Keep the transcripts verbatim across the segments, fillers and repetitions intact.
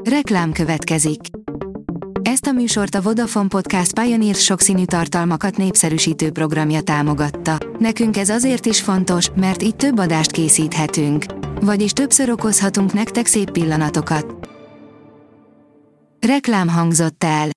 Reklám következik. Ezt a műsort a Vodafone Podcast Pioneer sokszínű tartalmakat népszerűsítő programja támogatta. Nekünk ez azért is fontos, mert így több adást készíthetünk. Vagyis többször okozhatunk nektek szép pillanatokat. Reklám hangzott el.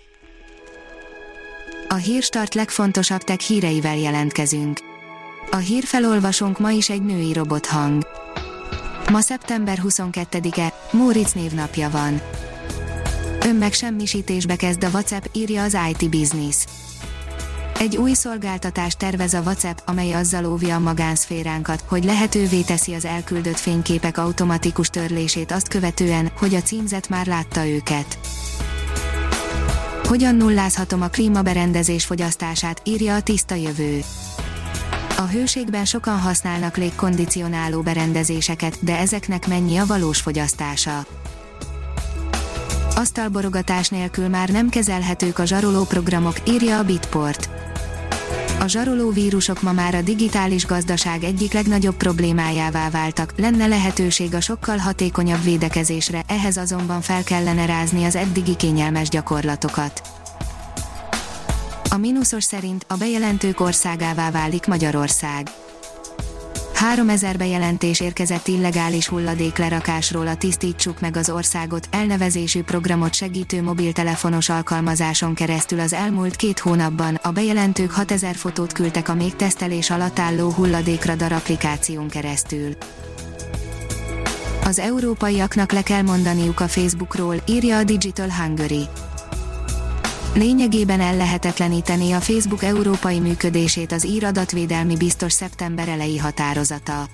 A Hírstart legfontosabb tech híreivel jelentkezünk. A hírfelolvasónk ma is egy női robothang. Ma szeptember huszonkettedike, Móricz névnapja van. Önmegsemmisítésbe kezd a WhatsApp, írja az i té Business. Egy új szolgáltatást tervez a WhatsApp, amely azzal óvja a magánszféránkat, hogy lehetővé teszi az elküldött fényképek automatikus törlését azt követően, hogy a címzet már látta őket. Hogyan nullázhatom a klímaberendezés fogyasztását, írja a Tiszta Jövő. A hőségben sokan használnak légkondicionáló berendezéseket, de ezeknek mennyi a valós fogyasztása? Asztalborogatás nélkül már nem kezelhetők a zsaroló programok, írja a Bitport. A zsaroló vírusok ma már a digitális gazdaság egyik legnagyobb problémájává váltak, lenne lehetőség a sokkal hatékonyabb védekezésre, ehhez azonban fel kellene rázni az eddigi kényelmes gyakorlatokat. A Minusos szerint a bejelentők országává válik Magyarország. háromezer bejelentés érkezett illegális hulladéklerakásról a Tisztítsuk meg az országot elnevezésű programot segítő mobiltelefonos alkalmazáson keresztül az elmúlt két hónapban. A bejelentők hatezer fotót küldtek a még tesztelés alatt álló hulladékradar applikáción keresztül. Az európaiaknak le kell mondaniuk a Facebookról, írja a Digital Hungary. Lényegében ellehetetlenítené a Facebook európai működését az ír adatvédelmi biztos szeptember eleji határozata.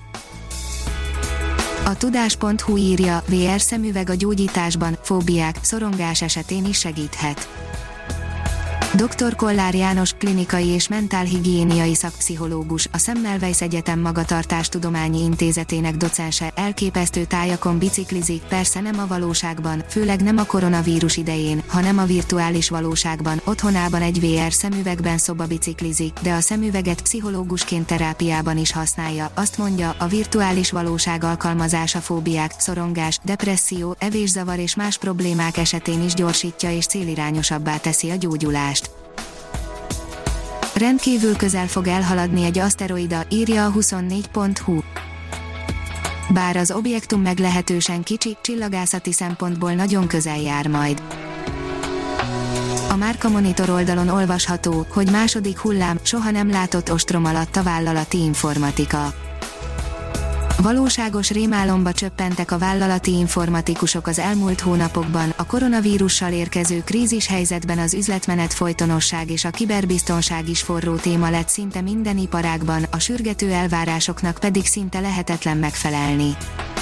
A tudás pont hu írja, vé er szemüveg a gyógyításban, fóbiák, szorongás esetén is segíthet. doktor Kollár János, klinikai és mentálhigiéniai szakpszichológus, a Semmelweis Egyetem Magatartástudományi Intézetének docense, elképesztő tájakon biciklizik, persze nem a valóságban, főleg nem a koronavírus idején, hanem a virtuális valóságban, otthonában egy vé er szemüvegben szobabiciklizik, de a szemüveget pszichológusként terápiában is használja. Azt mondja, a virtuális valóság alkalmazása fóbiák, szorongás, depresszió, evészavar és más problémák esetén is gyorsítja és célirányosabbá teszi a gyógyulást. Rendkívül közel fog elhaladni egy aszteroida, írja a huszonnégy pont hu. Bár az objektum meglehetősen kicsi, csillagászati szempontból nagyon közel jár majd. A Márka Monitor oldalon olvasható, hogy második hullám, soha nem látott ostrom alatt a vállalati informatika. Valóságos rémálomba csöppentek a vállalati informatikusok az elmúlt hónapokban, a koronavírussal érkező krízis helyzetben az üzletmenet folytonosság és a kiberbiztonság is forró téma lett szinte minden iparágban, a sürgető elvárásoknak pedig szinte lehetetlen megfelelni.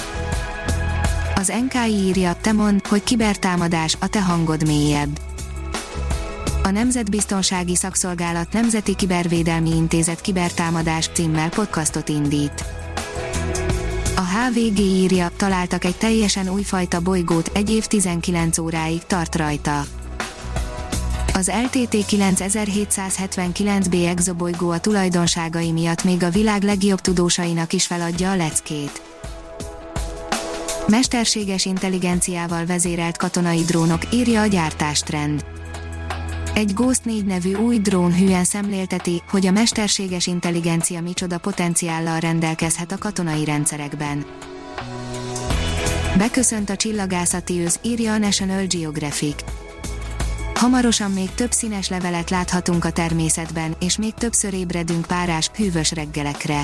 Az en ká i írja, te mondd, hogy kibertámadás, a te hangod mélyebb. A Nemzetbiztonsági Szakszolgálat Nemzeti Kibervédelmi Intézet kibertámadás címmel podcastot indít. A há vé gé írja, találtak egy teljesen újfajta bolygót, egy év tizenkilenc óráig tart rajta. Az el té té kilencezer-hétszázhetvenkilenc bé exobolygó a tulajdonságai miatt még a világ legjobb tudósainak is feladja a leckét. Mesterséges intelligenciával vezérelt katonai drónok, írja a Gyártástrend. Egy Ghost négy nevű új drón hűen szemlélteti, hogy a mesterséges intelligencia micsoda potenciállal rendelkezhet a katonai rendszerekben. Beköszönt a csillagászati ősz, írja a National Geographic. Hamarosan még több színes levelet láthatunk a természetben, és még többször ébredünk párás, hűvös reggelekre.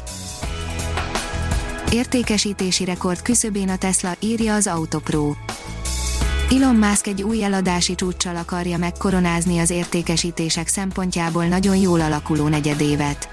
Értékesítési rekord küszöbén a Tesla, írja az Autopro. Elon Musk egy új eladási csúccsal akarja megkoronázni az értékesítések szempontjából nagyon jól alakuló negyedévet.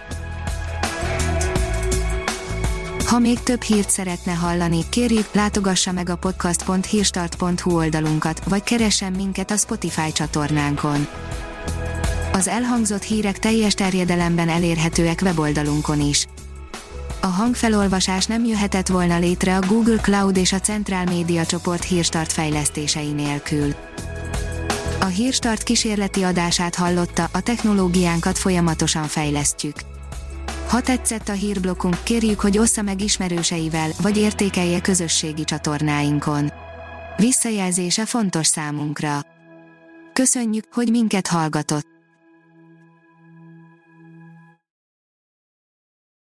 Ha még több hírt szeretne hallani, kérjük, látogassa meg a podcast pont hírstart pont hu oldalunkat, vagy keressen minket a Spotify csatornánkon. Az elhangzott hírek teljes terjedelemben elérhetőek weboldalunkon is. A hangfelolvasás nem jöhetett volna létre a Google Cloud és a Central Media csoport Hírstart fejlesztései nélkül. A Hírstart kísérleti adását hallotta, a technológiánkat folyamatosan fejlesztjük. Ha tetszett a hírblokkunk, kérjük, hogy ossza meg ismerőseivel, vagy értékelje közösségi csatornáinkon. Visszajelzése fontos számunkra. Köszönjük, hogy minket hallgatott.